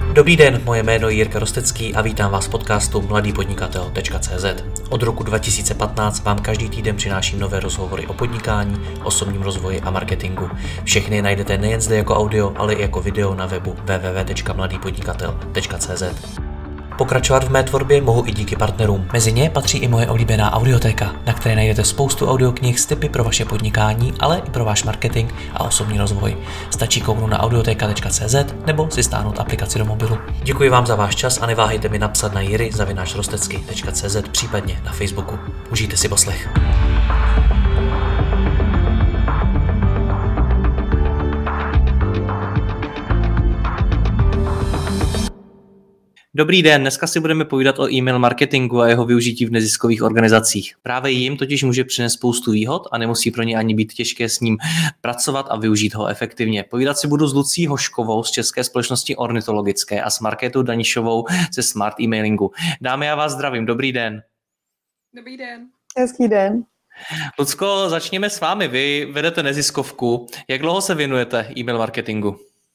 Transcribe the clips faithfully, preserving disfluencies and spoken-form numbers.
Dobrý den, moje jméno je Jirka Rostecký a vítám vás v podcastu mladý podnikatel tečka cé zet. Od roku dva tisíce patnáct vám každý týden přináším nové rozhovory o podnikání, osobním rozvoji a marketingu. Všechny najdete nejen zde jako audio, ale i jako video na webu w w w tečka mladý podnikatel tečka cé zet. Pokračovat v mé tvorbě mohu i díky partnerům. Mezi ně patří i moje oblíbená audiotéka, na které najdete spoustu audioknih s tipy pro vaše podnikání, ale i pro váš marketing a osobní rozvoj. Stačí kouknout na audioteka tečka cé zet nebo si stáhnout aplikaci do mobilu. Děkuji vám za váš čas a neváhejte mi napsat na jiry zavináč rostecky tečka cé zet, případně na Facebooku. Užijte si poslech. Dobrý den, dneska si budeme povídat o e-mail marketingu a jeho využití v neziskových organizacích. Právě jim totiž může přinést spoustu výhod a nemusí pro ně ani být těžké s ním pracovat a využít ho efektivně. Povídat si budu s Lucí Hoškovou z České společnosti ornitologické a s Markétou Danišovou ze Smart Emailingu. Dámy, já vás zdravím, dobrý den. Dobrý den. Hezký den. Lucko, začněme s vámi. Vy vedete neziskovku. Jak dlouho se věnujete e-mail marketingu?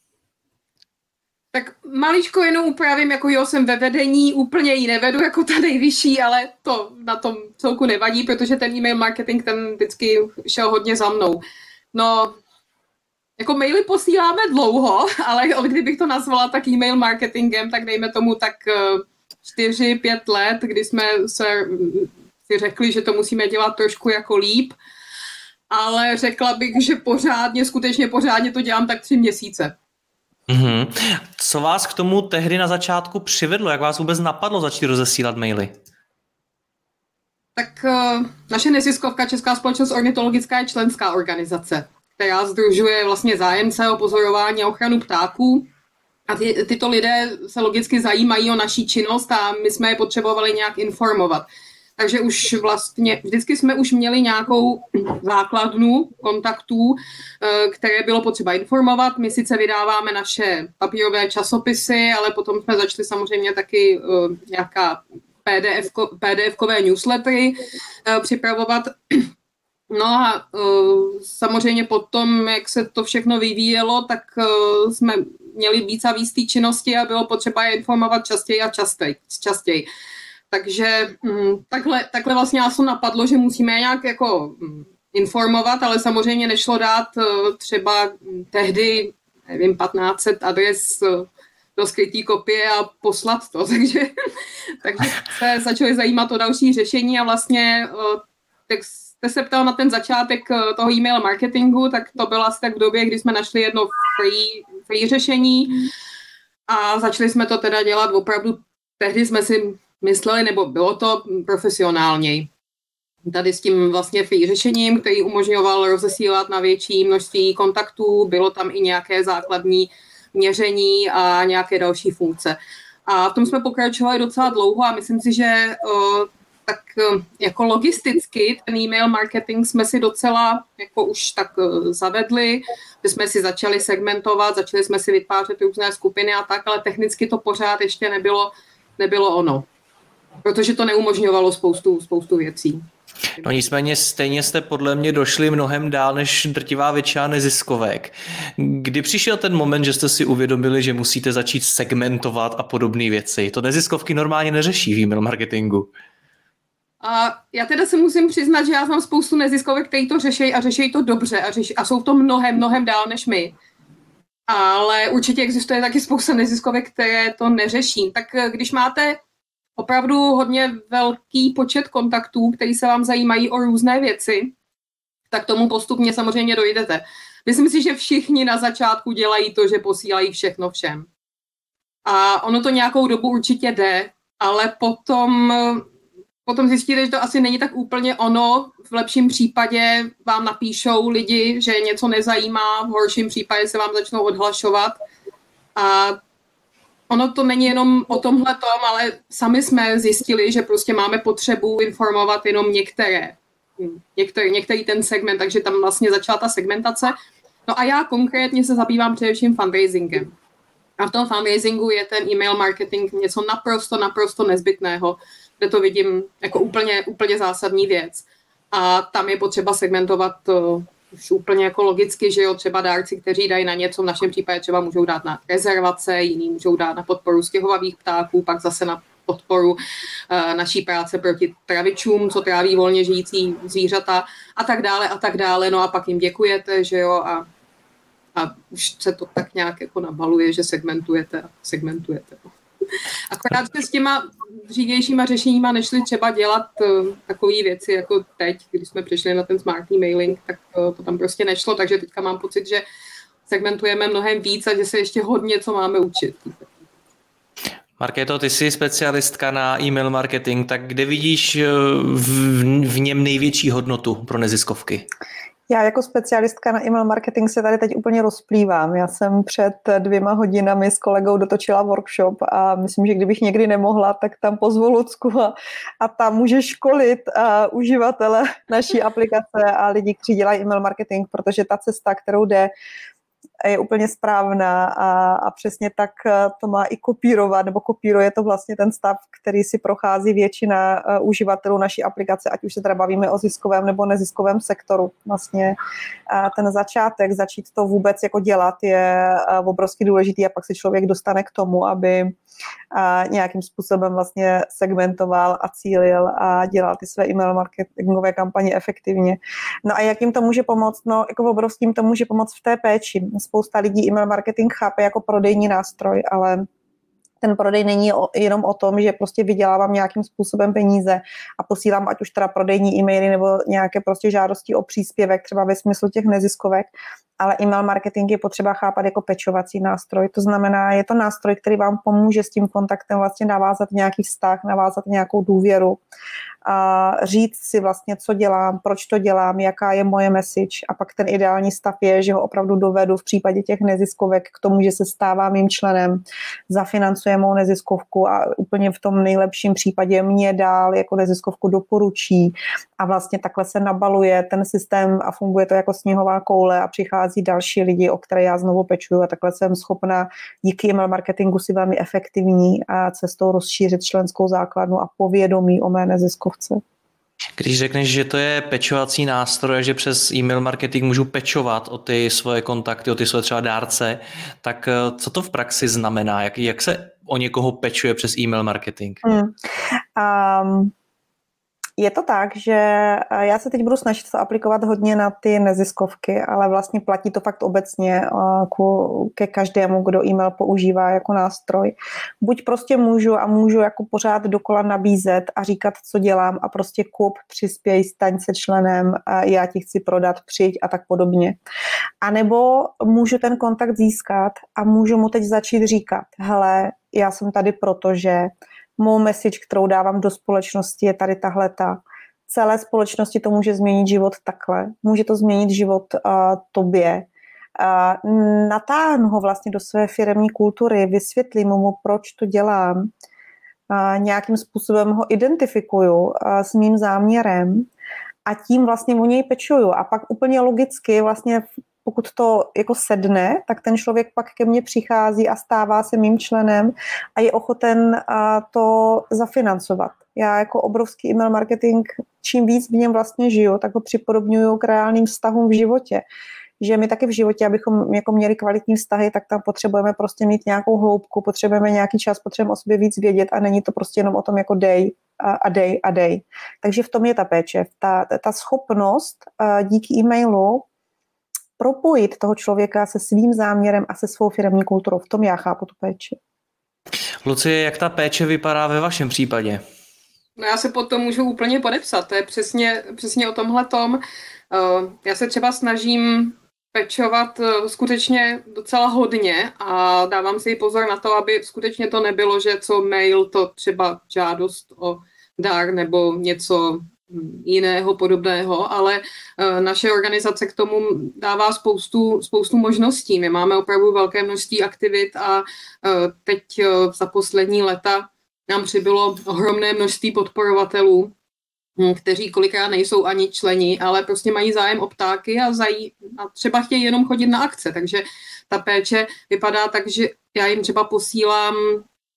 Tak maličko jenom upravím, jako jo, jsem ve vedení, úplně ji nevedu jako ta nejvyšší, ale to na tom celku nevadí, protože ten e-mail marketing ten vždycky šel hodně za mnou. No, jako maily posíláme dlouho, ale kdybych to nazvala tak e-mail marketingem, tak dejme tomu tak čtyři, pět let, kdy jsme se si řekli, že to musíme dělat trošku jako líp, ale řekla bych, že pořádně, skutečně pořádně to dělám tak tři měsíce. Mm-hmm. Co vás k tomu tehdy na začátku přivedlo? Jak vás vůbec napadlo začít rozesílat maily? Tak uh, naše neziskovka Česká společnost ornitologická je členská organizace, která sdružuje vlastně zájemce o pozorování a ochranu ptáků. A ty, tyto lidé se logicky zajímají o naší činnost a my jsme je potřebovali nějak informovat. Takže už vlastně vždycky jsme už měli nějakou základnu kontaktů, které bylo potřeba informovat. My sice vydáváme naše papírové časopisy, ale potom jsme začali samozřejmě taky nějaká P D F, PDFkové newslettery připravovat. No a samozřejmě potom, jak se to všechno vyvíjelo, tak jsme měli víc a víc té činnosti a bylo potřeba je informovat častěji a častěji. častěji. Takže hm, takhle, takhle vlastně nás to napadlo, že musíme nějak jako hm, informovat, ale samozřejmě nešlo dát uh, třeba tehdy, nevím, patnáct set adres uh, do skrytý kopie a poslat to. Takže, takže se začali zajímat o další řešení a vlastně, uh, tak jste se ptal na ten začátek uh, toho e-mail marketingu, tak to bylo asi tak v době, kdy jsme našli jedno free, free řešení a začali jsme to teda dělat opravdu, tehdy jsme si mysleli, nebo bylo to profesionálněji. Tady s tím vlastně free řešením, který umožňoval rozesílat na větší množství kontaktů, bylo tam i nějaké základní měření a nějaké další funkce. A v tom jsme pokračovali docela dlouho a myslím si, že uh, tak uh, jako logisticky ten e-mail marketing jsme si docela jako už tak uh, zavedli, že jsme si začali segmentovat, začali jsme si vytvářet různé skupiny a tak, ale technicky to pořád ještě nebylo, nebylo ono. Protože to neumožňovalo spoustu, spoustu věcí. No nicméně stejně jste podle mě došli mnohem dál než drtivá většina neziskovek. Kdy přišel ten moment, že jste si uvědomili, že musíte začít segmentovat a podobné věci? To neziskovky normálně neřeší v e-mail marketingu. A já teda se musím přiznat, že já znám spoustu neziskovek, který to řeší a řeší to dobře a, řeší, a jsou to mnohem, mnohem dál než my. Ale určitě existuje taky spousta neziskovek, které to neřeší. Tak když máte opravdu hodně velký počet kontaktů, který se vám zajímají o různé věci, tak tomu postupně samozřejmě dojdete. Myslím si, že všichni na začátku dělají to, že posílají všechno všem. A ono to nějakou dobu určitě jde, ale potom, potom zjistíte, že to asi není tak úplně ono. V lepším případě vám napíšou lidi, že něco nezajímá, v horším případě se vám začnou odhlašovat. A ono to není jenom o tomhletom, ale sami jsme zjistili, že prostě máme potřebu informovat jenom některé, některý, některý ten segment, takže tam vlastně začala ta segmentace. No a já konkrétně se zabývám především fundraisingem. A v tom fundraisingu je ten e-mail marketing něco naprosto, naprosto nezbytného, kde to vidím jako úplně, úplně zásadní věc. A tam je potřeba segmentovat už úplně jako logicky, že jo, třeba dárci, kteří dají na něco, v našem případě třeba můžou dát na rezervace, jiní můžou dát na podporu stěhovavých ptáků, pak zase na podporu uh, naší práce proti travičům, co tráví volně žijící zvířata a tak dále a tak dále. No a pak jim děkujete, že jo, a, a už se to tak nějak jako nabaluje, že segmentujete a segmentujete. Akorát se s těma dřívějšíma řešeníma nešli třeba dělat uh, takové věci jako teď, když jsme přišli na ten smart emailing, tak uh, to tam prostě nešlo, takže teďka mám pocit, že segmentujeme mnohem víc a že se ještě hodně co máme učit. Markéto, ty jsi specialistka na e-mail marketing, tak kde vidíš v, v něm největší hodnotu pro neziskovky? Já jako specialistka na e-mail marketing se tady teď úplně rozplývám. Já jsem před dvěma hodinami s kolegou dotočila workshop a myslím, že kdybych někdy nemohla, tak tam pozvu Lucku a, a tam může školit a, uživatele naší aplikace a lidi, kteří dělají e-mail marketing, protože ta cesta, kterou jde, je úplně správná a, a přesně tak to má i kopírovat, nebo kopíruje to vlastně ten stav, který si prochází většina uh, uživatelů naší aplikace, ať už se teda bavíme o ziskovém nebo neziskovém sektoru. Vlastně uh, ten začátek, začít to vůbec jako dělat je uh, obrovsky důležitý a pak se člověk dostane k tomu, aby uh, nějakým způsobem vlastně segmentoval a cílil a dělal ty své e-mail marketingové kampaně efektivně. No a jak jim to může pomoct? No jako obrovským to může pomoct v té péči. Spousta lidí e-mail marketing chápe jako prodejní nástroj, ale ten prodej není o, jenom o tom, že prostě vydělávám nějakým způsobem peníze a posílám ať už teda prodejní e-maily nebo nějaké prostě žádosti o příspěvek, třeba ve smyslu těch neziskovek, ale e-mail marketing je potřeba chápat jako pečovací nástroj. To znamená, je to nástroj, který vám pomůže s tím kontaktem vlastně navázat nějaký vztah, navázat nějakou důvěru, a říct si vlastně, co dělám, proč to dělám, jaká je moje message a pak ten ideální stav je, že ho opravdu dovedu v případě těch neziskovek k tomu, že se stává mým členem, zafinancuje mou neziskovku a úplně v tom nejlepším případě mě dál jako neziskovku doporučí a vlastně takhle se nabaluje ten systém a funguje to jako sněhová koule a přichází další lidi, o které já znovu pečuju a takhle jsem schopna díky e-mail marketingu si velmi efektivní a cestou rozšířit členskou základnu a povědomí o mé neziskovce. Když řekneš, že to je pečovací nástroj, že přes e-mail marketing můžu pečovat o ty svoje kontakty, o ty svoje třeba dárce, tak co to v praxi znamená? Jak, jak se o někoho pečuje přes e-mail marketing? Hmm. Um... Je to tak, že já se teď budu snažit to aplikovat hodně na ty neziskovky, ale vlastně platí to fakt obecně ke každému, kdo e-mail používá jako nástroj. Buď prostě můžu a můžu jako pořád dokola nabízet a říkat, co dělám a prostě kup, přispěj, staň se členem, já ti chci prodat, přijď a tak podobně. A nebo můžu ten kontakt získat a můžu mu teď začít říkat, hele, já jsem tady proto, že mou message, kterou dávám do společnosti, je tady tahleta. Celé společnosti to může změnit život takhle. Může to změnit život uh, tobě. Uh, natáhnu ho vlastně do své firemní kultury, vysvětlím mu, proč to dělám. Uh, nějakým způsobem ho identifikuju uh, s mým záměrem a tím vlastně o něj pečuju. A pak úplně logicky vlastně pokud to jako sedne, tak ten člověk pak ke mně přichází a stává se mým členem a je ochoten to zafinancovat. Já jako obrovský e-mail marketing, čím víc v něm vlastně žiju, tak ho připodobňuju k reálným vztahům v životě. Že my taky v životě, abychom jako měli kvalitní vztahy, tak tam potřebujeme prostě mít nějakou hloubku, potřebujeme nějaký čas, potřebujeme o sobě víc vědět a není to prostě jenom o tom jako dej a, a dej a dej. Takže v tom je ta péče. Ta, ta schopnost díky e-mailu propojit toho člověka se svým záměrem a se svou firemní kulturou. V tom já chápu tu péči. Lucie, jak ta péče vypadá ve vašem případě? No já se pod to můžu úplně podepsat. To je přesně, přesně o tomhletom. Já se třeba snažím pečovat skutečně docela hodně a dávám si pozor na to, aby skutečně to nebylo, že co mail, to třeba žádost o dar nebo něco jiného podobného, ale naše organizace k tomu dává spoustu, spoustu možností. My máme opravdu velké množství aktivit a teď za poslední léta nám přibylo ohromné množství podporovatelů, kteří kolikrát nejsou ani členi, ale prostě mají zájem o ptáky a, zají, a třeba chtějí jenom chodit na akce. Takže ta péče vypadá tak, že já jim třeba posílám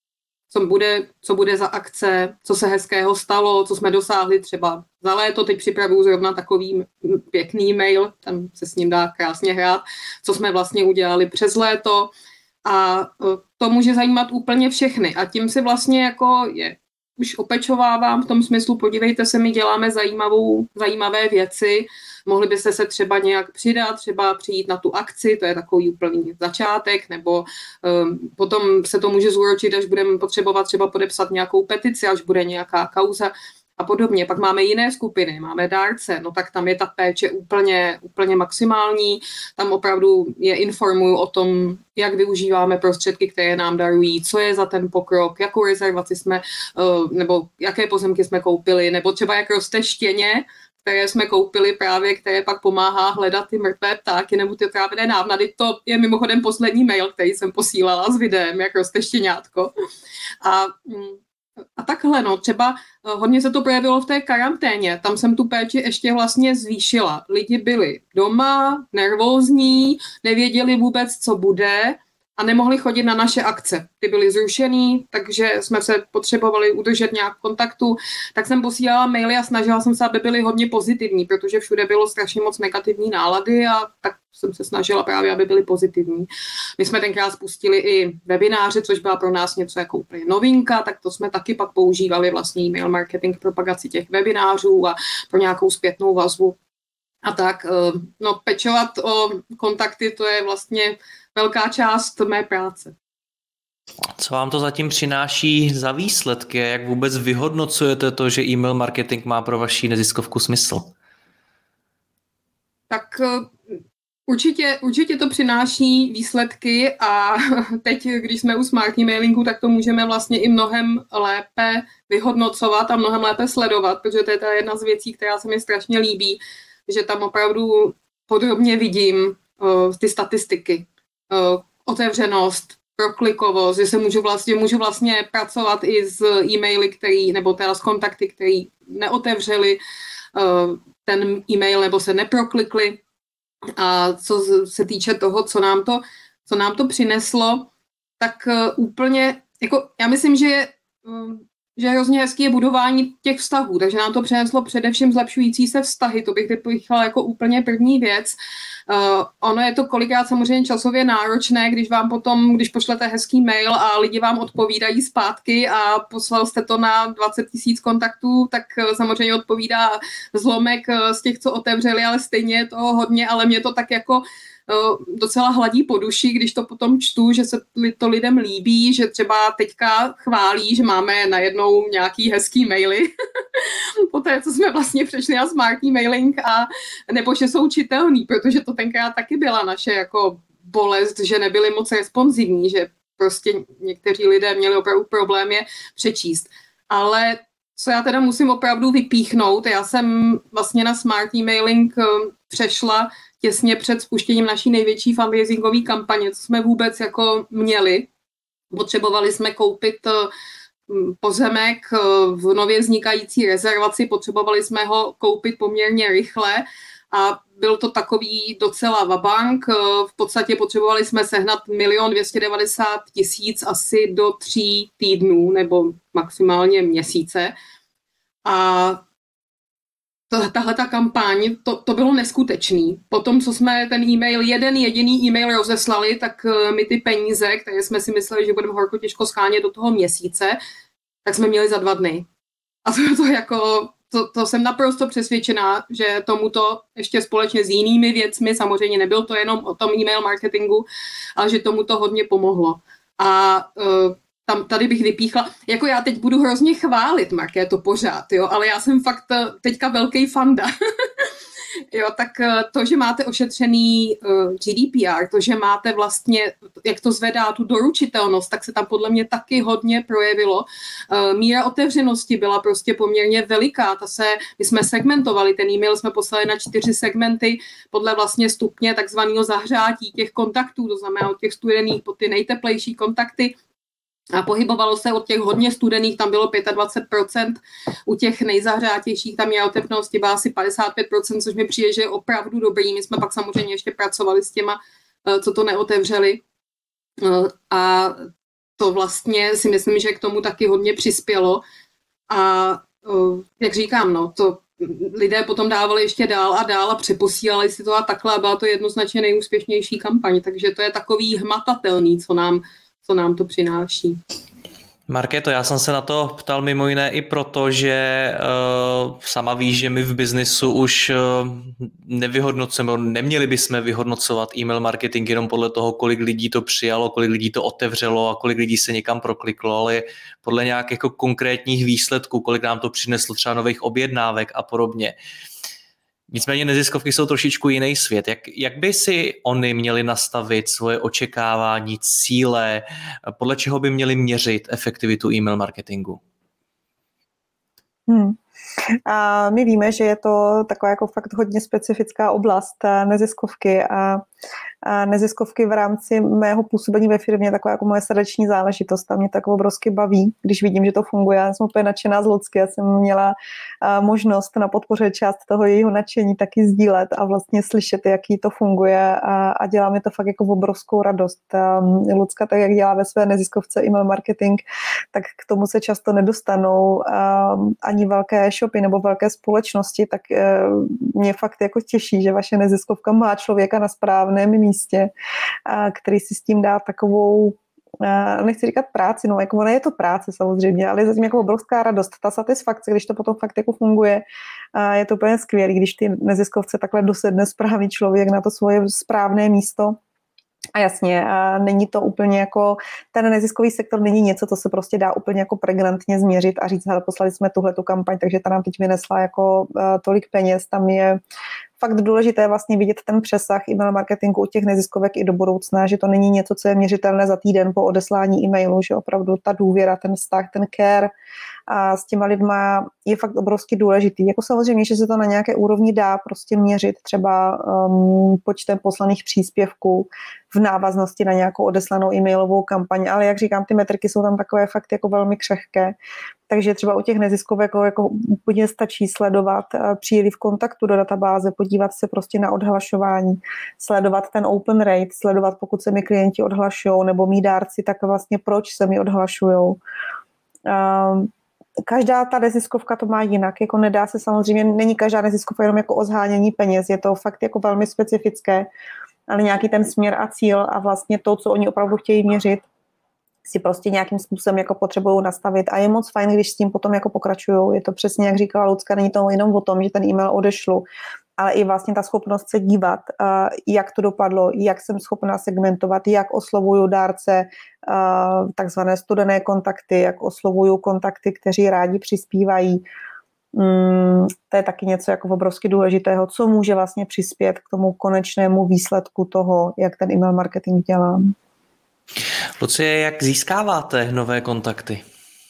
co bude, co bude za akce, co se hezkého stalo, co jsme dosáhli třeba za léto. Teď připravuju zrovna takový pěkný mail, tam se s ním dá krásně hrát, co jsme vlastně udělali přes léto. A to může zajímat úplně všechny. A tím si vlastně jako je, už opečovávám v tom smyslu, podívejte se, my děláme zajímavou, zajímavé věci, mohli byste se třeba nějak přidat, třeba přijít na tu akci, to je takový úplný začátek, nebo um, potom se to může zúročit, až budeme potřebovat třeba podepsat nějakou petici, až bude nějaká kauza a podobně. Pak máme jiné skupiny, máme dárce, no tak tam je ta péče úplně, úplně maximální, tam opravdu je informuju o tom, jak využíváme prostředky, které nám darují, co je za ten pokrok, jakou rezervaci jsme, nebo jaké pozemky jsme koupili, nebo třeba jak roste štěně, které jsme koupili právě, které pak pomáhá hledat ty mrtvé ptáky nebo ty otrávené návnady. To je mimochodem poslední mail, který jsem posílala s videem, jak roste štěňátko. A A takhle, no, třeba hodně se to projevilo v té karanténě, tam jsem tu péči ještě vlastně zvýšila. Lidi byli doma, nervózní, nevěděli vůbec, co bude a nemohli chodit na naše akce. Ty byly zrušený, takže jsme se potřebovali udržet nějak v kontaktu, tak jsem posílala maily a snažila jsem se, aby byly hodně pozitivní, protože všude bylo strašně moc negativní nálady a tak jsem se snažila právě, aby byly pozitivní. My jsme tenkrát spustili i webináře, což byla pro nás něco jako úplně novinka, tak to jsme taky pak používali vlastně e-mail marketing, propagaci těch webinářů a pro nějakou zpětnou vazbu. A tak, no, pečovat o kontakty, to je vlastně velká část mé práce. Co vám to zatím přináší za výsledky? Jak vůbec vyhodnocujete to, že e-mail marketing má pro vaši neziskovku smysl? Tak určitě, určitě to přináší výsledky a teď, když jsme u smart emailingu, tak to můžeme vlastně i mnohem lépe vyhodnocovat a mnohem lépe sledovat, protože to je ta jedna z věcí, která se mi strašně líbí, že tam opravdu podrobně vidím uh, ty statistiky, uh, otevřenost, proklikovost, že se můžu vlastně, můžu vlastně pracovat i s e-maily, který, nebo teda s kontakty, který neotevřeli uh, ten e-mail nebo se neproklikli. A co se týče toho, co nám to, co nám to přineslo, tak uh, úplně, jako já myslím, že je uh, že hrozně hezký je budování těch vztahů, takže nám to přineslo především zlepšující se vztahy, to bych vypíchala jako úplně první věc. Uh, ono je to kolikrát samozřejmě časově náročné, když vám potom, když pošlete hezký mail a lidi vám odpovídají zpátky a poslal jste to na dvacet tisíc kontaktů, tak uh, samozřejmě odpovídá zlomek uh, z těch, co otevřeli, ale stejně je toho hodně, ale mě to tak jako docela hladí po duši, když to potom čtu, že se to lidem líbí, že třeba teďka chválí, že máme najednou nějaký hezký maily, poté, co jsme vlastně přešli na smart emailing, a nebo že jsou čitelný, protože to tenkrát taky byla naše jako bolest, že nebyli moc responsivní, že prostě někteří lidé měli opravdu problém je přečíst. Ale co já teda musím opravdu vypíchnout, já jsem vlastně na smart emailing přešla těsně před spuštěním naší největší fundraisingové kampaně, co jsme vůbec jako měli. Potřebovali jsme koupit pozemek v nově vznikající rezervaci, potřebovali jsme ho koupit poměrně rychle a byl to takový docela vabank. V podstatě potřebovali jsme sehnat milion dvěstě devadesát tisíc asi do tří týdnů nebo maximálně měsíce. A tahle ta kampaň, to, to bylo neskutečný. Potom, co jsme ten e-mail, jeden jediný e-mail rozeslali, tak my ty peníze, které jsme si mysleli, že budeme horko těžko schánět do toho měsíce, tak jsme měli za dva dny. A to, to jako, to, to jsem naprosto přesvědčená, že tomuto ještě společně s jinými věcmi, samozřejmě nebyl to jenom o tom e-mail marketingu, ale že tomu to hodně pomohlo. A uh, Tam, tady bych vypíchla, jako já teď budu hrozně chválit Markéto pořád, jo, ale já jsem fakt teďka velký fanda. Jo, tak to, že máte ošetřený uh, G D P R, to, že máte vlastně, jak to zvedá tu doručitelnost, tak se tam podle mě taky hodně projevilo. Uh, míra otevřenosti byla prostě poměrně veliká, ta se, my jsme segmentovali, ten e-mail jsme poslali na čtyři segmenty podle vlastně stupně takzvaného zahřátí těch kontaktů, to znamená od těch studených po ty nejteplejší kontakty. A pohybovalo se od těch hodně studených, tam bylo dvacet pět procent, u těch nejzahřátějších tam je otevřenosti byla asi padesát pět procent, což mi přijde, že je opravdu dobrý. My jsme pak samozřejmě ještě pracovali s těma, co to neotevřeli. A to vlastně si myslím, že k tomu taky hodně přispělo. A jak říkám, no, to lidé potom dávali ještě dál a dál a přeposílali si to a takhle a byla to jednoznačně nejúspěšnější kampaň, takže to je takový hmatatelný, co nám, co nám to přináší. Markéto, já jsem se na to ptal mimo jiné i proto, že uh, sama víš, že my v biznisu už uh, nevyhodnocujeme, neměli bychom vyhodnocovat e-mail marketing jenom podle toho, kolik lidí to přijalo, kolik lidí to otevřelo a kolik lidí se někam prokliklo, ale podle nějakých jako konkrétních výsledků, kolik nám to přineslo třeba nových objednávek a podobně. Nicméně neziskovky jsou trošičku jiný svět. Jak, jak by si oni měli nastavit svoje očekávání, cíle, podle čeho by měli měřit efektivitu e-mail marketingu? Hmm. A my víme, že je to taková jako fakt hodně specifická oblast neziskovky a, a neziskovky v rámci mého působení ve firmě taková jako moje srdeční záležitost a mě tak obrovsky baví, když vidím, že to funguje. Já jsem úplně nadšená z Lucky, já jsem měla možnost na podpoře část toho jejího nadšení taky sdílet a vlastně slyšet, jaký to funguje a, a dělá mi to fakt jako obrovskou radost. Lucka, tak jak dělá ve své neziskovce email marketing, tak k tomu se často nedostanou ani velké shopy nebo velké společnosti, tak mě fakt jako těší, že vaše neziskovka má člověka na správném místě, který si s tím dá takovou, nechci říkat práci, no jako ona je to práce samozřejmě, ale je zatím jako obrovská radost, ta satisfakce, když to potom fakt jako funguje, je to úplně skvělý, když ty neziskovce takhle dosedne správný člověk na to svoje správné místo. A jasně, a není to úplně jako, ten neziskový sektor není něco, co se prostě dá úplně jako pregnantně změřit a říct, hele, poslali jsme tuhletu kampaň, takže ta nám teď vynesla jako uh, tolik peněz, tam je fakt důležité vlastně vidět ten přesah e-mail marketingu u těch neziskovek i do budoucna, že to není něco, co je měřitelné za týden po odeslání e-mailu, že opravdu ta důvěra, ten vztah, ten care a s těma lidma je fakt obrovsky důležitý. Jako samozřejmě, že se to na nějaké úrovni dá prostě měřit třeba um, počtem poslaných příspěvků v návaznosti na nějakou odeslanou e-mailovou kampaň, ale jak říkám, ty metriky jsou tam takové fakt jako velmi křehké. Takže třeba u těch neziskovek jako, jako úplně stačí sledovat příliv kontaktu do databáze, podívat se prostě na odhlašování, sledovat ten open rate, sledovat, pokud se mi klienti odhlašují, nebo mý dárci, tak vlastně proč se mi odhlašují. Každá ta neziskovka to má jinak, jako nedá se samozřejmě, není každá neziskovka jenom jako o zhánění peněz, je to fakt jako velmi specifické, ale nějaký ten směr a cíl a vlastně to, co oni opravdu chtějí měřit, si prostě nějakým způsobem jako potřebují nastavit a je moc fajn, když s tím potom jako pokračují. Je to přesně, jak říkala Lucka, není to jenom o tom, že ten e-mail odešlu, ale i vlastně ta schopnost se dívat, jak to dopadlo, jak jsem schopná segmentovat, jak oslovuju dárce, takzvané studené kontakty, jak oslovuju kontakty, kteří rádi přispívají. Mm, to je taky něco jako obrovsky důležitého, co může vlastně přispět k tomu konečnému výsledku toho, jak ten e-mail marketing dělám. Lucie, jak získáváte nové kontakty?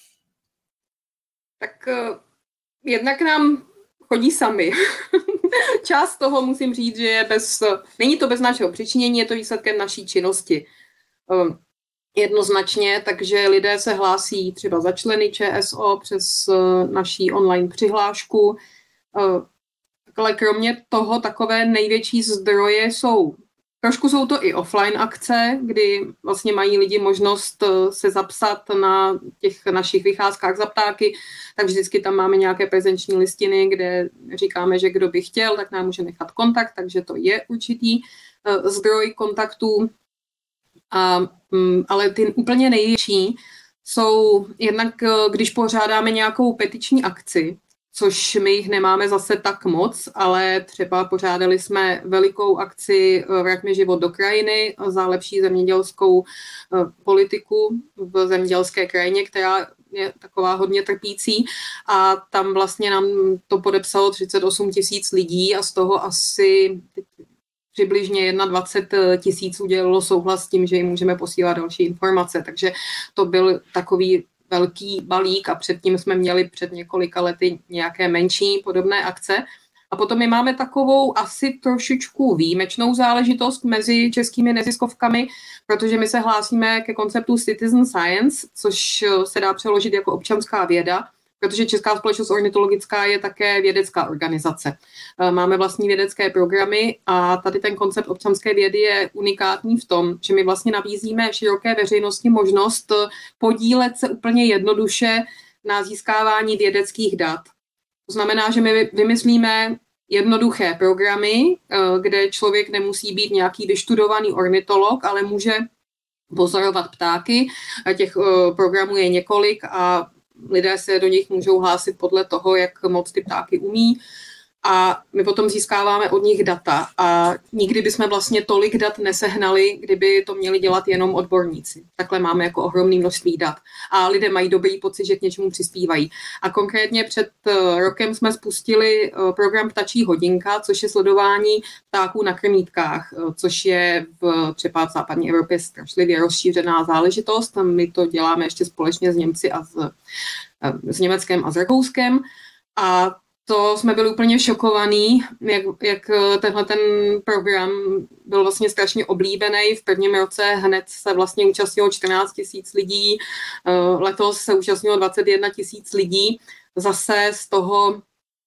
Tak uh, jednak nám chodí sami. Část toho musím říct, že je bez, není to bez našeho přičinění, je to výsledkem naší činnosti. Uh, jednoznačně, takže lidé se hlásí třeba za členy ČSO přes uh, naší online přihlášku. Uh, ale kromě toho takové největší zdroje jsou Trošku jsou to i offline akce, kdy vlastně mají lidi možnost se zapsat na těch našich vycházkách za ptáky, tak vždycky tam máme nějaké prezenční listiny, kde říkáme, že kdo by chtěl, tak nám může nechat kontakt, takže to je určitý uh, zdroj kontaktů. A, um, ale ty úplně největší jsou jednak, když pořádáme nějakou petiční akci, což my jich nemáme zase tak moc, ale třeba pořádali jsme velikou akci Vraťme život do krajiny za lepší zemědělskou politiku v zemědělské krajině, která je taková hodně trpící a tam vlastně nám to podepsalo třicet osm tisíc lidí a z toho asi přibližně dvacet jedna tisíc udělalo souhlas s tím, že jim můžeme posílat další informace, takže to byl takový velký balík a předtím jsme měli před několika lety nějaké menší podobné akce. A potom my máme takovou asi trošičku výjimečnou záležitost mezi českými neziskovkami, protože my se hlásíme ke konceptu citizen science, což se dá přeložit jako občanská věda. protože Česká společnost ornitologická je také vědecká organizace. Máme vlastní vědecké programy a tady ten koncept občanské vědy je unikátní v tom, že my vlastně nabízíme široké veřejnosti možnost podílet se úplně jednoduše na získávání vědeckých dat. To znamená, že my vymyslíme jednoduché programy, kde člověk nemusí být nějaký vyštudovaný ornitolog, ale může pozorovat ptáky. Těch programů je několik a lidé se do nich můžou hlásit podle toho, jak moc ty ptáky umí. A my potom získáváme od nich data a nikdy bychom vlastně tolik dat nesehnali, kdyby to měli dělat jenom odborníci. Takhle máme jako ohromné množství dat a lidé mají dobrý pocit, že k něčemu přispívají. A konkrétně před rokem jsme spustili program Ptačí hodinka, což je sledování ptáků na krmítkách, což je v třeba v západní Evropě strašlivě rozšířená záležitost. My to děláme ještě společně s Němci a s, s Německem a s Rakouskem. A to jsme byli úplně šokovaní, jak, jak tenhle ten program byl vlastně strašně oblíbený. V prvním roce hned se vlastně účastnilo čtrnáct tisíc lidí, letos se účastnilo dvacet jedna tisíc lidí. Zase z toho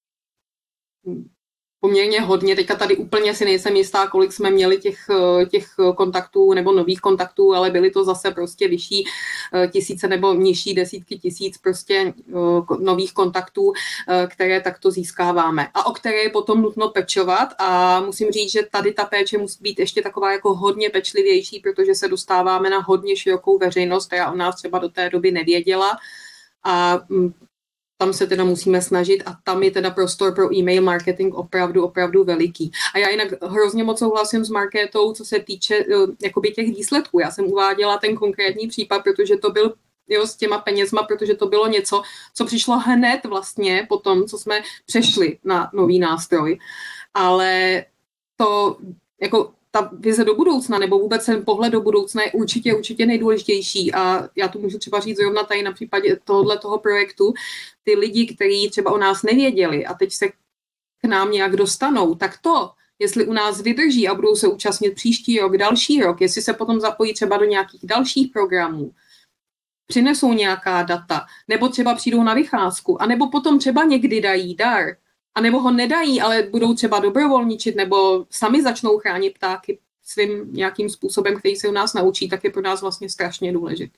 poměrně hodně. Teďka tady úplně si nejsem jistá, kolik jsme měli těch, těch kontaktů nebo nových kontaktů, ale byly to zase prostě vyšší tisíce nebo nižší desítky tisíc prostě nových kontaktů, které takto získáváme a o které je potom nutno pečovat a musím říct, že tady ta péče musí být ještě taková jako hodně pečlivější, protože se dostáváme na hodně širokou veřejnost, která o nás třeba do té doby nevěděla a tam se teda musíme snažit a tam je teda prostor pro e-mail marketing opravdu, opravdu veliký. A já jinak hrozně moc souhlasím s Markétou, co se týče uh, jakoby těch výsledků. Já jsem uváděla ten konkrétní případ, protože to byl jo, s těma penězma, protože to bylo něco, co přišlo hned vlastně po tom, co jsme přešli na nový nástroj. Ale to jako ta vize do budoucna, nebo vůbec ten pohled do budoucna je určitě, určitě nejdůležitější a já to můžu třeba říct zrovna tady na případě tohohle toho projektu. Ty lidi, kteří třeba o nás nevěděli a teď se k nám nějak dostanou, tak to, jestli u nás vydrží a budou se účastnit příští rok, další rok, jestli se potom zapojí třeba do nějakých dalších programů, přinesou nějaká data, nebo třeba přijdou na vycházku, anebo potom třeba někdy dají dar, a nebo ho nedají, ale budou třeba dobrovolničit, nebo sami začnou chránit ptáky svým nějakým způsobem, který se u nás naučí, tak je pro nás vlastně strašně důležité.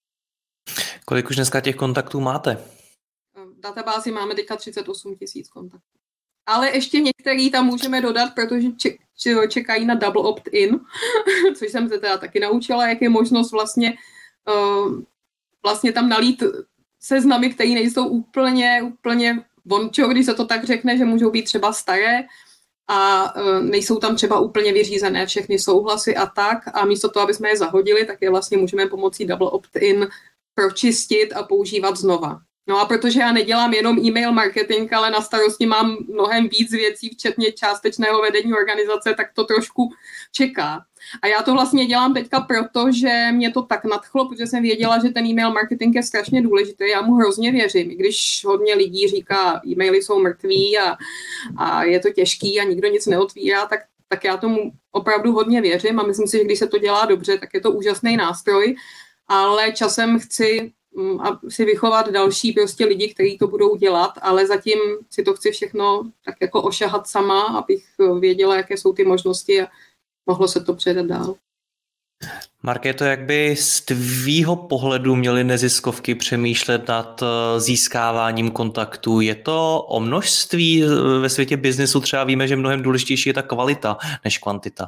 Kolik už dneska těch kontaktů máte? V databázi máme teďka třicet osm tisíc kontaktů. Ale ještě některý tam můžeme dodat, protože čekají na double opt-in, což jsem se teda taky naučila, jak je možnost vlastně, uh, vlastně tam nalít seznamy, které nejsou úplně, úplně vončo, když se to tak řekne, že můžou být třeba staré a uh, nejsou tam třeba úplně vyřízené všechny souhlasy a tak a místo toho, aby jsme je zahodili, tak je vlastně můžeme pomocí double opt-in pročistit a používat znova. No a protože já nedělám jenom e-mail marketing, ale na starosti mám mnohem víc věcí, včetně částečného vedení organizace, tak to trošku čeká. A já to vlastně dělám teďka proto, že mě to tak nadchlo, protože jsem věděla, že ten e-mail marketing je strašně důležitý. Já mu hrozně věřím. I když hodně lidí říká, e-maily jsou mrtví a, a je to těžký a nikdo nic neotvírá, tak, tak já tomu opravdu hodně věřím a myslím si, že když se to dělá dobře, tak je to úžasný nástroj, ale časem chci a si vychovat další prostě lidi, kteří to budou dělat, ale zatím si to chci všechno tak jako ošahat sama, abych věděla, jaké jsou ty možnosti a mohlo se to předat dál. Markéto, jak by z tvýho pohledu měly neziskovky přemýšlet nad získáváním kontaktů? Je to o množství? Ve světě biznesu třeba víme, že mnohem důležitější je ta kvalita než kvantita.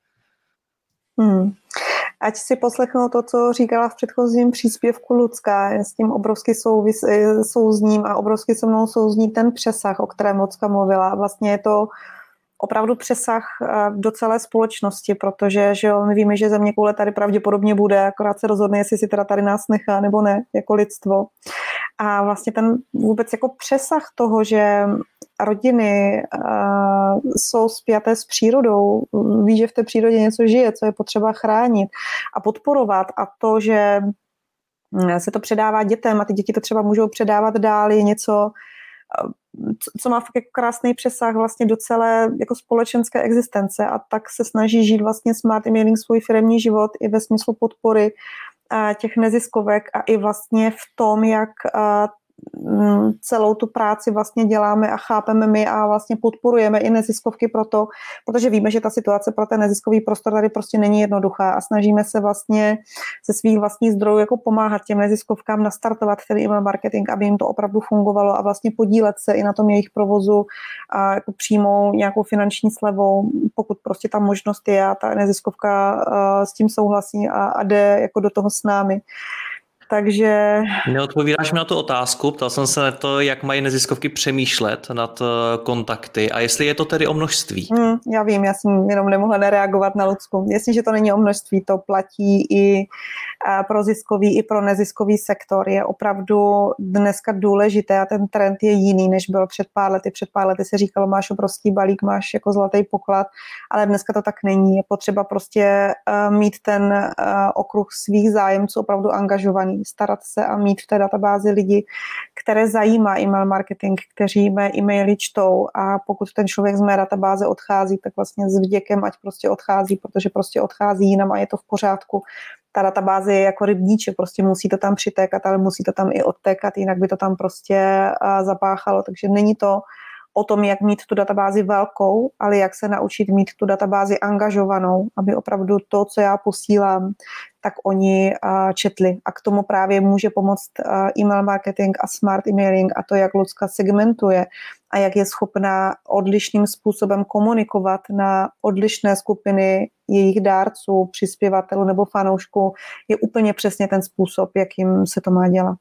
Hmm. Ať si poslechnou to, co říkala v předchozím příspěvku Lucka, s tím obrovsky souvis, souzním a obrovsky se mnou souzní ten přesah, o kterém Lucka mluvila. Vlastně je to opravdu přesah do celé společnosti, protože že jo, my víme, že zeměkoule tady pravděpodobně bude, akorát se rozhodne, jestli si teda tady nás nechá nebo ne, jako lidstvo. A vlastně ten vůbec jako přesah toho, že rodiny uh, jsou spjaté s přírodou, ví, že v té přírodě něco žije, co je potřeba chránit a podporovat a to, že se to předává dětem a ty děti to třeba můžou předávat dál, je něco, co má fakt jako krásný přesah vlastně do celé jako společenské existence a tak se snaží žít vlastně smart emailing svůj firemní život i ve smyslu podpory těch neziskovek a i vlastně v tom, jak celou tu práci vlastně děláme a chápeme my a vlastně podporujeme i neziskovky proto, protože víme, že ta situace pro ten neziskový prostor tady prostě není jednoduchá a snažíme se vlastně ze svých vlastních zdrojů jako pomáhat těm neziskovkám nastartovat ten email marketing, aby jim to opravdu fungovalo a vlastně podílet se i na tom jejich provozu a jako přímou nějakou finanční slevou, pokud prostě ta možnost je a ta neziskovka s tím souhlasí a, a jde jako do toho s námi. Takže... Neodpovídáš mi na tu otázku, ptal jsem se na to, jak mají neziskovky přemýšlet nad kontakty a jestli je to tedy o množství. Hmm, já vím, já jsem jenom nemohla nereagovat na Lucku. Jasně, že to není o množství, to platí i pro ziskový, i pro neziskový sektor. Je opravdu dneska důležité a ten trend je jiný, než byl před pár lety. Před pár lety se říkalo, máš obrovský balík, máš jako zlatý poklad, ale dneska to tak není. Je potřeba prostě mít ten okruh svých zájemců opravdu angažovaný, starat se a mít v té databázi lidi, které zajímá email marketing, kteří mé e-maily čtou a pokud ten člověk z mé databáze odchází, tak vlastně s vděkem, ať prostě odchází, protože prostě odchází jinam a je to v pořádku. Ta databáze je jako rybníček, prostě musí to tam přitékat, ale musí to tam i odtékat, jinak by to tam prostě zapáchalo, takže není to o tom, jak mít tu databázi velkou, ale jak se naučit mít tu databázi angažovanou, aby opravdu to, co já posílám, tak oni uh, četli. A k tomu právě může pomoct uh, e-mail marketing a smart emailing a to, jak Lucka segmentuje a jak je schopná odlišným způsobem komunikovat na odlišné skupiny jejich dárců, přispěvatelů nebo fanoušků, je úplně přesně ten způsob, jakým se to má dělat.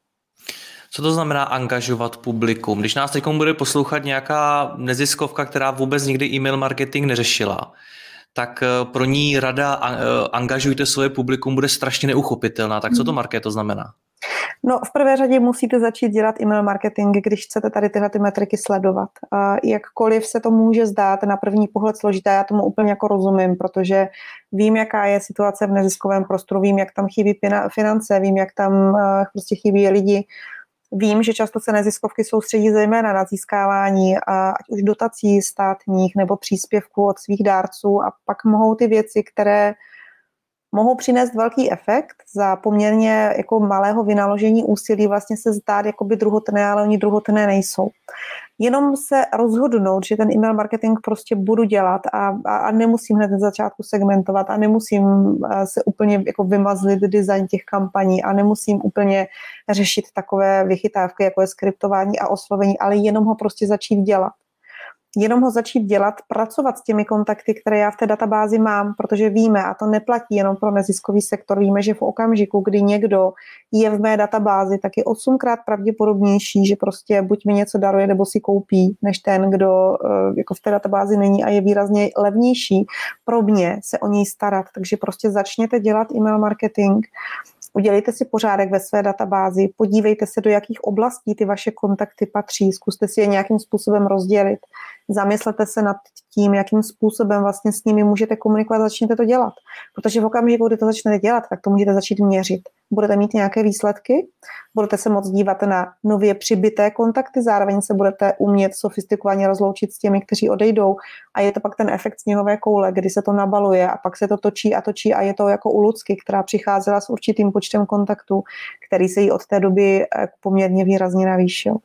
Co to znamená angažovat publikum? Když nás teď bude poslouchat nějaká neziskovka, která vůbec nikdy e-mail marketing neřešila, tak pro ní rada angažujte svoje publikum bude strašně neuchopitelná. Tak co to, Marké, to znamená? No, v prvé řadě musíte začít dělat e-mail marketing, když chcete tady tyhle ty metriky sledovat. Jakkoliv se to může zdát na první pohled složité, já tomu úplně jako rozumím, protože vím, jaká je situace v neziskovém prostoru, vím, jak tam chybí finance, vím, jak tam prostě chybí lidi. Vím, že často se neziskovky soustředí zejména na získávání ať už dotací státních nebo příspěvků od svých dárců a pak mohou ty věci, které mohou přinést velký efekt za poměrně jako malého vynaložení úsilí vlastně se zdát jakoby druhotné, ale oni druhotné nejsou. Jenom se rozhodnout, že ten e-mail marketing prostě budu dělat a, a, a nemusím hned na začátku segmentovat a nemusím se úplně jako vymazlit design těch kampaní a nemusím úplně řešit takové vychytávky, jako je skriptování a oslovení, ale jenom ho prostě začít dělat. Jenom ho začít dělat, pracovat s těmi kontakty, které já v té databázi mám, protože víme, a to neplatí jenom pro neziskový sektor, víme, že v okamžiku, kdy někdo je v mé databázi, tak je osmkrát pravděpodobnější, že prostě buď mi něco daruje, nebo si koupí, než ten, kdo jako v té databázi není a je výrazně levnější pro mě se o něj starat. Takže prostě začněte dělat e-mail marketing, udělejte si pořádek ve své databázi, podívejte se, do jakých oblastí ty vaše kontakty patří, zkuste si je nějakým způsobem rozdělit, zamyslete se nad tím, jakým způsobem vlastně s nimi můžete komunikovat, začněte to dělat. Protože v okamžiku, kdy to začnete dělat, tak to můžete začít měřit. Budete mít nějaké výsledky, budete se moct dívat na nově přibyté kontakty, zároveň se budete umět sofistikovaně rozloučit s těmi, kteří odejdou a je to pak ten efekt sněhové koule, kdy se to nabaluje a pak se to točí a točí a je to jako u Lucky, která přicházela s určitým počtem kontaktů, který se jí od té doby poměrně výrazně navýšil.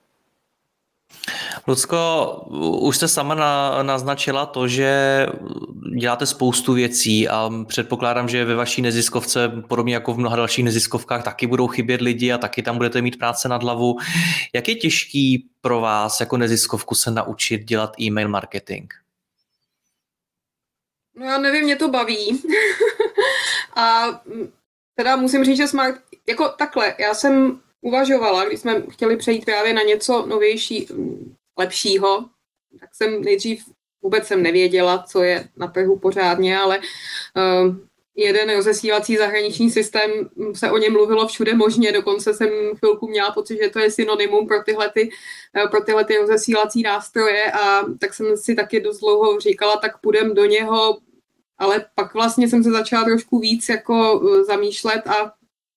Lucko, už jste sama na, naznačila to, že děláte spoustu věcí a předpokládám, že ve vaší neziskovce, podobně jako v mnoha dalších neziskovkách, taky budou chybět lidi a taky tam budete mít práce nad hlavu. Jak je těžký pro vás jako neziskovku se naučit dělat e-mail marketing? No já nevím, mě to baví. A teda musím říct, že smart, jako takhle, já jsem uvažovala, když jsme chtěli přejít právě na něco novější, lepšího, tak jsem nejdřív vůbec jsem nevěděla, co je na trhu pořádně, ale uh, jeden rozesílací zahraniční systém, se o něm mluvilo všude možně, dokonce jsem chvilku měla pocit, že to je synonymum pro tyhle, ty, pro tyhle ty rozesílací nástroje a tak jsem si taky dost dlouho říkala, tak půjdem do něho, ale pak vlastně jsem se začala trošku víc jako zamýšlet a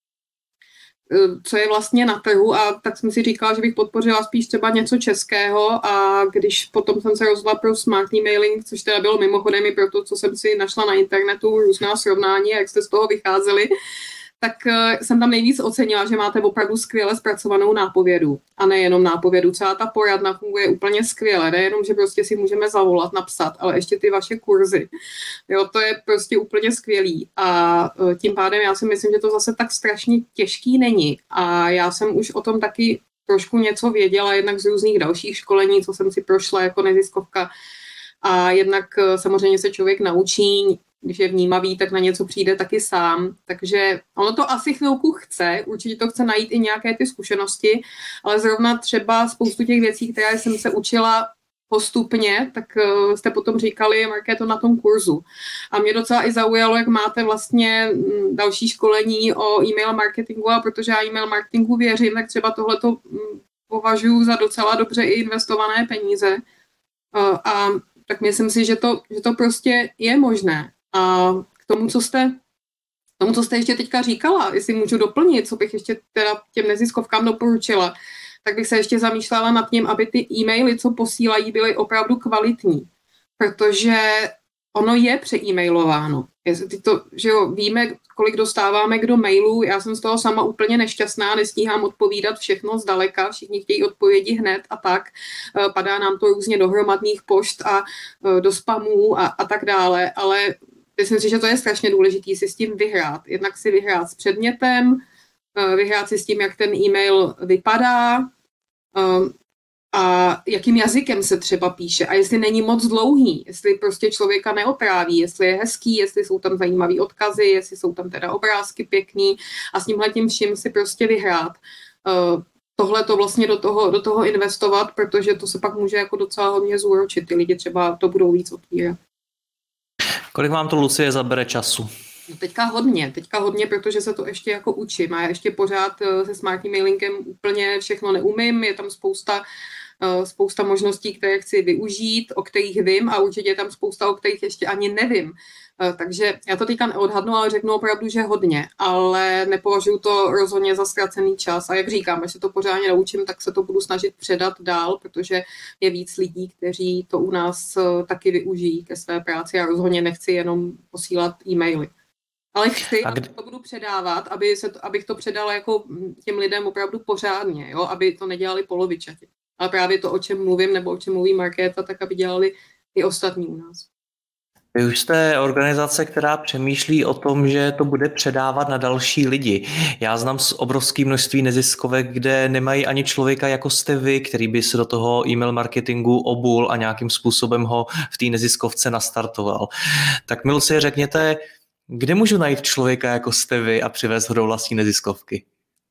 co je vlastně na trhu a tak jsem si říkala, že bych podpořila spíš třeba něco českého a když potom jsem se rozhodla pro smart emailing, což teda bylo mimochodem i pro to, co jsem si našla na internetu, různá srovnání, jak jste z toho vycházeli, tak jsem tam nejvíc ocenila, že máte opravdu skvěle zpracovanou nápovědu. A nejenom nápovědu, celá ta poradna funguje úplně skvěle. Nejenom, že prostě si můžeme zavolat, napsat, ale ještě ty vaše kurzy. Jo, to je prostě úplně skvělý. A tím pádem já si myslím, že to zase tak strašně těžký není. A já jsem už o tom taky trošku něco věděla, jednak z různých dalších školení, co jsem si prošla jako neziskovka. A jednak samozřejmě se člověk naučí, když je vnímavý, tak na něco přijde taky sám. Takže ono to asi chvilku chce, určitě to chce najít i nějaké ty zkušenosti, ale zrovna třeba spoustu těch věcí, které jsem se učila postupně, tak jste potom říkali, Markéto, na tom kurzu. A mě docela i zaujalo, jak máte vlastně další školení o e-mail marketingu, a protože já e-mail marketingu věřím, tak třeba tohleto považuji za docela dobře i investované peníze. A tak myslím si, že to, že to prostě je možné. A k tomu, co jste, tomu, co jste ještě teďka říkala, jestli můžu doplnit, co bych ještě teda těm neziskovkám doporučila, tak bych se ještě zamýšlela nad tím, aby ty e-maily, co posílají, byly opravdu kvalitní. Protože ono je pře-e-mailováno. To, že jo, víme, kolik dostáváme kdo mailů, já jsem z toho sama úplně nešťastná, nestíhám odpovídat všechno zdaleka, všichni chtějí odpovědi hned a tak. Padá nám to různě do hromadných pošt a do spamů a, a tak dále, ale myslím si, že to je strašně důležité si s tím vyhrát. Jednak si vyhrát s předmětem, vyhrát si s tím, jak ten e-mail vypadá a jakým jazykem se třeba píše a jestli není moc dlouhý, jestli prostě člověka neotráví, jestli je hezký, jestli jsou tam zajímavý odkazy, jestli jsou tam teda obrázky pěkný a s tímhletím vším si prostě vyhrát. Tohle to vlastně do toho, do toho investovat, protože to se pak může jako docela hodně zúročit. Ty lidi třeba to budou víc otvírat. Kolik vám to, Lucie, zabere času? No teďka hodně, teďka hodně, protože se to ještě jako učím a já ještě pořád se smart mailingem úplně všechno neumím, je tam spousta, spousta možností, které chci využít, o kterých vím a určitě je tam spousta, o kterých ještě ani nevím. Takže já to teďka neodhadnu, ale řeknu opravdu, že hodně, ale nepovažuji to rozhodně za ztracený čas a jak říkám, až se to pořádně naučím, tak se to budu snažit předat dál, protože je víc lidí, kteří to u nás taky využijí ke své práci a rozhodně nechci jenom posílat e-maily. Ale chci, aby to budu předávat, aby se to, abych to předala jako těm lidem opravdu pořádně, jo? Aby to nedělali polovičatě. Ale právě to, o čem mluvím, nebo o čem mluví Markéta, tak aby dělali i ostatní u nás. Vy už jste organizace, která přemýšlí o tom, že to bude předávat na další lidi. Já znám z obrovské množství neziskovek, kde nemají ani člověka jako jste vy, který by se do toho e-mail marketingu obul a nějakým způsobem ho v té neziskovce nastartoval. Tak mi, Lucie, řekněte, kde můžu najít člověka jako jste vy a přivést ho do vlastní neziskovky?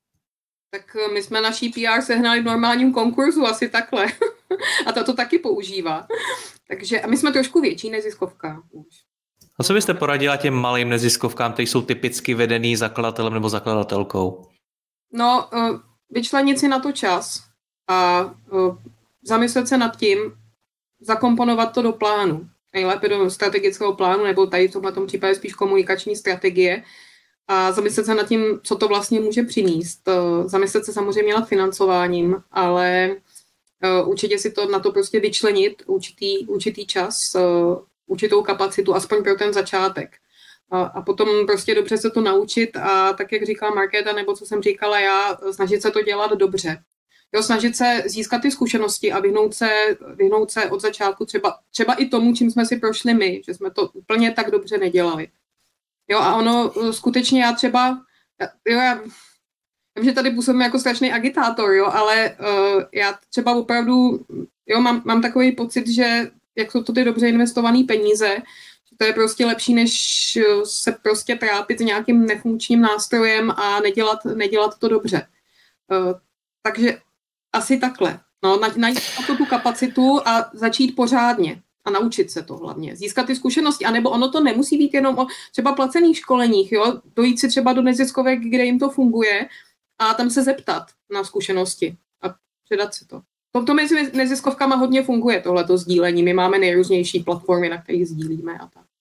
Tak my jsme naší P R sehnali v normálním konkurzu, asi takhle. A ta to taky používá. Takže, a my jsme trošku větší neziskovka už. A co byste poradila těm malým neziskovkám, kteří jsou typicky vedený zakladatelem nebo zakladatelkou? No, vyčlenit si na to čas a zamyslet se nad tím, zakomponovat to do plánu. Nejlépe do strategického plánu, nebo tady v tomhle případě spíš komunikační strategie a zamyslet se nad tím, co to vlastně může přinést. Zamyslet se samozřejmě nad financováním, ale určitě si to na to prostě vyčlenit určitý, určitý čas, určitou kapacitu, aspoň pro ten začátek. A, a potom prostě dobře se to naučit a tak, jak říkala Markéta, nebo co jsem říkala já, snažit se to dělat dobře. Jo, snažit se získat ty zkušenosti a vyhnout se, vyhnout se od začátku třeba, třeba i tomu, čím jsme si prošli my, že jsme to úplně tak dobře nedělali. Jo, a ono skutečně já třeba, jo, já vím, že tady působím jako strašný agitátor, jo, ale uh, já třeba opravdu, jo, mám, mám takový pocit, že jak jsou to ty dobře investované peníze, že to je prostě lepší, než se prostě trápit s nějakým nefunkčním nástrojem a nedělat, nedělat to dobře. Uh, takže asi takhle. No, najít to tu kapacitu a začít pořádně a naučit se to hlavně. Získat ty zkušenosti, anebo ono to nemusí být jenom o třeba placených školeních, jo? Dojít si třeba do neziskovek, kde jim to funguje a tam se zeptat na zkušenosti a předat si to. To mezi neziskovkama hodně funguje, tohleto sdílení. My máme nejrůznější platformy, na kterých sdílíme a tak.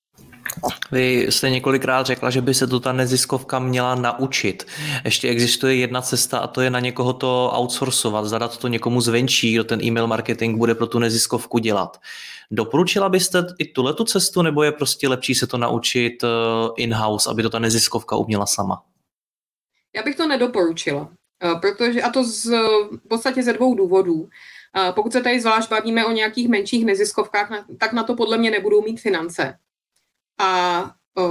Vy jste několikrát řekla, že by se to ta neziskovka měla naučit. Ještě existuje jedna cesta a to je na někoho to outsourcovat, zadat to někomu zvenčí, kdo ten e-mail marketing bude pro tu neziskovku dělat. Doporučila byste i tuhletu cestu, nebo je prostě lepší se to naučit in-house, aby to ta neziskovka uměla sama? Já bych to nedoporučila, protože, a to z, v podstatě ze dvou důvodů. Pokud se tady zvlášť bavíme o nějakých menších neziskovkách, tak na to podle mě nebudou mít finance. A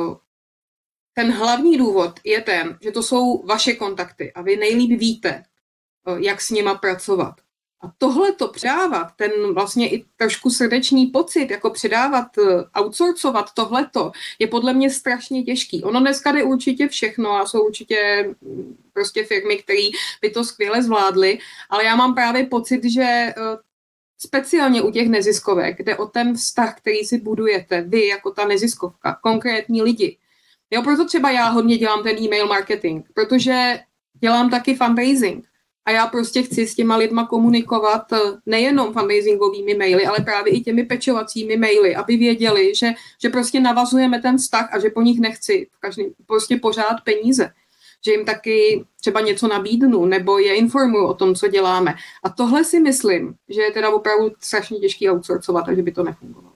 ten hlavní důvod je ten, že to jsou vaše kontakty a vy nejlíp víte, jak s nima pracovat. A tohle to předávat, ten vlastně i trošku srdeční pocit, jako předávat, outsourcovat tohleto, je podle mě strašně těžký. Ono dneska jde určitě všechno a jsou určitě prostě firmy, které by to skvěle zvládly, ale já mám právě pocit, že speciálně u těch neziskovek jde o ten vztah, který si budujete, vy jako ta neziskovka, konkrétní lidi. Jo, proto třeba já hodně dělám ten e-mail marketing, protože dělám taky fundraising. A já prostě chci s těma lidma komunikovat nejenom fundraisingovými maily, ale právě i těmi pečovacími maily, aby věděli, že, že prostě navazujeme ten vztah a že po nich nechci v každý, prostě pořád peníze. Že jim taky třeba něco nabídnu nebo je informuju o tom, co děláme. A tohle si myslím, že je teda opravdu strašně těžký outsourcovat a že by to nefungovalo.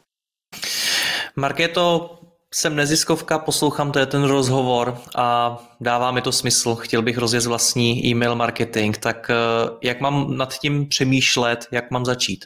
Markéto, jsem neziskovka, poslouchám to je ten rozhovor a dává mi to smysl. Chtěl bych rozjet vlastní e-mail marketing, tak jak mám nad tím přemýšlet, jak mám začít?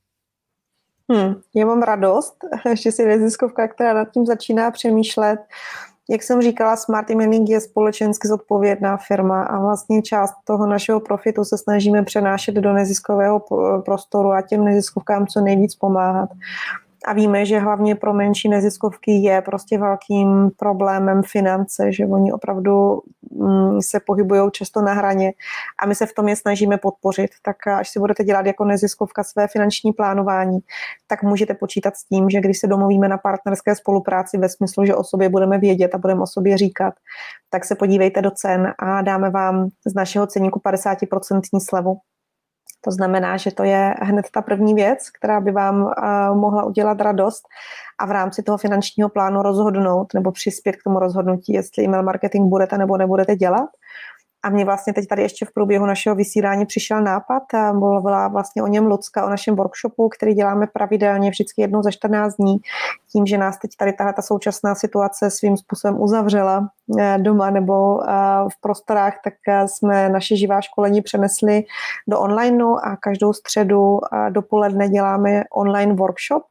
Hmm, já mám radost, že jsi neziskovka, která nad tím začíná přemýšlet. Jak jsem říkala, Smart Emailing je společensky zodpovědná firma a vlastně část toho našeho profitu se snažíme přenášet do neziskového prostoru a těm neziskovkám co nejvíc pomáhat. A víme, že hlavně pro menší neziskovky je prostě velkým problémem finance, že oni opravdu mm, se pohybují často na hraně a my se v tom je snažíme podpořit. Tak až si budete dělat jako neziskovka své finanční plánování, tak můžete počítat s tím, že když se domluvíme na partnerské spolupráci ve smyslu, že o sobě budeme vědět a budeme o sobě říkat, tak se podívejte do cen a dáme vám z našeho ceníku padesát procent slevu. To znamená, že to je hned ta první věc, která by vám uh, mohla udělat radost a v rámci toho finančního plánu rozhodnout nebo přispět k tomu rozhodnutí, jestli email marketing budete nebo nebudete dělat. A mě vlastně teď tady ještě v průběhu našeho vysílání přišel nápad a mluvila vlastně o něm Lucka, o našem workshopu, který děláme pravidelně vždycky jednou za čtrnáct dní. Tím, že nás teď tady tahle ta současná situace svým způsobem uzavřela doma nebo v prostorách, tak jsme naše živá školení přenesli do onlineu a každou středu dopoledne děláme online workshop,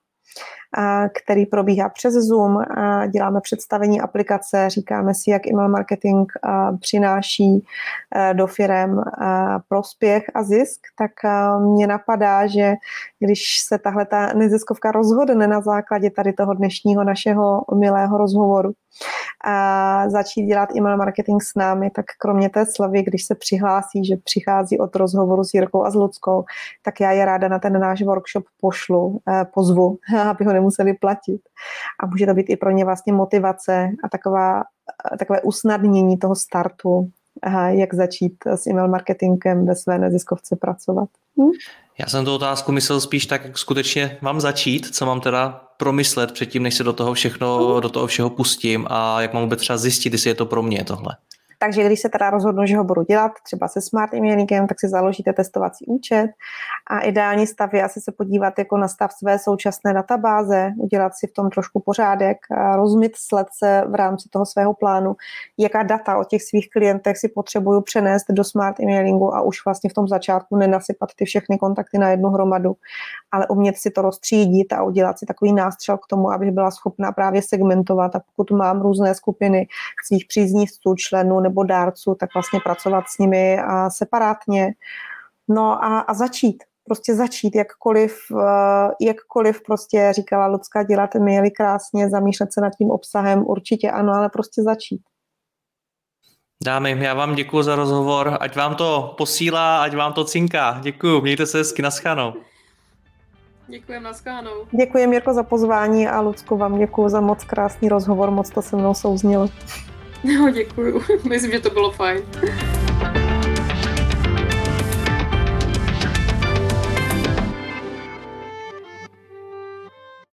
který probíhá přes Zoom. Děláme představení aplikace, říkáme si, jak email marketing přináší do firem prospěch a zisk, tak mě napadá, že když se tahle ta neziskovka rozhodne na základě tady toho dnešního našeho milého rozhovoru a začít dělat email marketing s námi, tak kromě té slevy, když se přihlásí, že přichází od rozhovoru s Jirkou a s Luckou, tak já je ráda na ten náš workshop pošlu, pozvu, aby ho nemuseli platit. A může to být i pro ně vlastně motivace a taková, takové usnadnění toho startu, jak začít s email marketingem ve své neziskovce pracovat. Hm? Já jsem tu otázku myslel spíš tak, jak skutečně mám začít, co mám teda promyslet předtím, než se do toho všechno, do toho všeho pustím a jak mám vůbec třeba zjistit, jestli je to pro mě tohle. Takže když se teda rozhodnu, že ho budu dělat třeba se Smart Emailingem, tak si založíte testovací účet a ideální stav je asi se podívat jako na stav své současné databáze, udělat si v tom trošku pořádek, rozmít sled se v rámci toho svého plánu, jaká data o těch svých klientech si potřebuju přenést do Smart Emailingu a už vlastně v tom začátku nenasypat ty všechny kontakty na jednu hromadu, ale umět si to rozstřídit a udělat si takový nástřel k tomu, abych byla schopná právě segmentovat a pokud mám různé skupiny svých příznivců, členů nebo dárců, tak vlastně pracovat s nimi a separátně. No a, a začít, prostě začít, jakkoliv, jakkoliv prostě říkala Lucka, dělat maily krásně, zamýšlet se nad tím obsahem, určitě ano, ale prostě začít. Dámy, já vám děkuji za rozhovor, ať vám to posílá, ať vám to cinká. Děkuji, mějte se hezky, naschánou. Děkujem, naschánou. Děkuji, Jirko, za pozvání a Lucku, vám děkuji za moc krásný rozhovor, moc to se mnou souznělo. No, děkuju. Myslím, že to bylo fajn.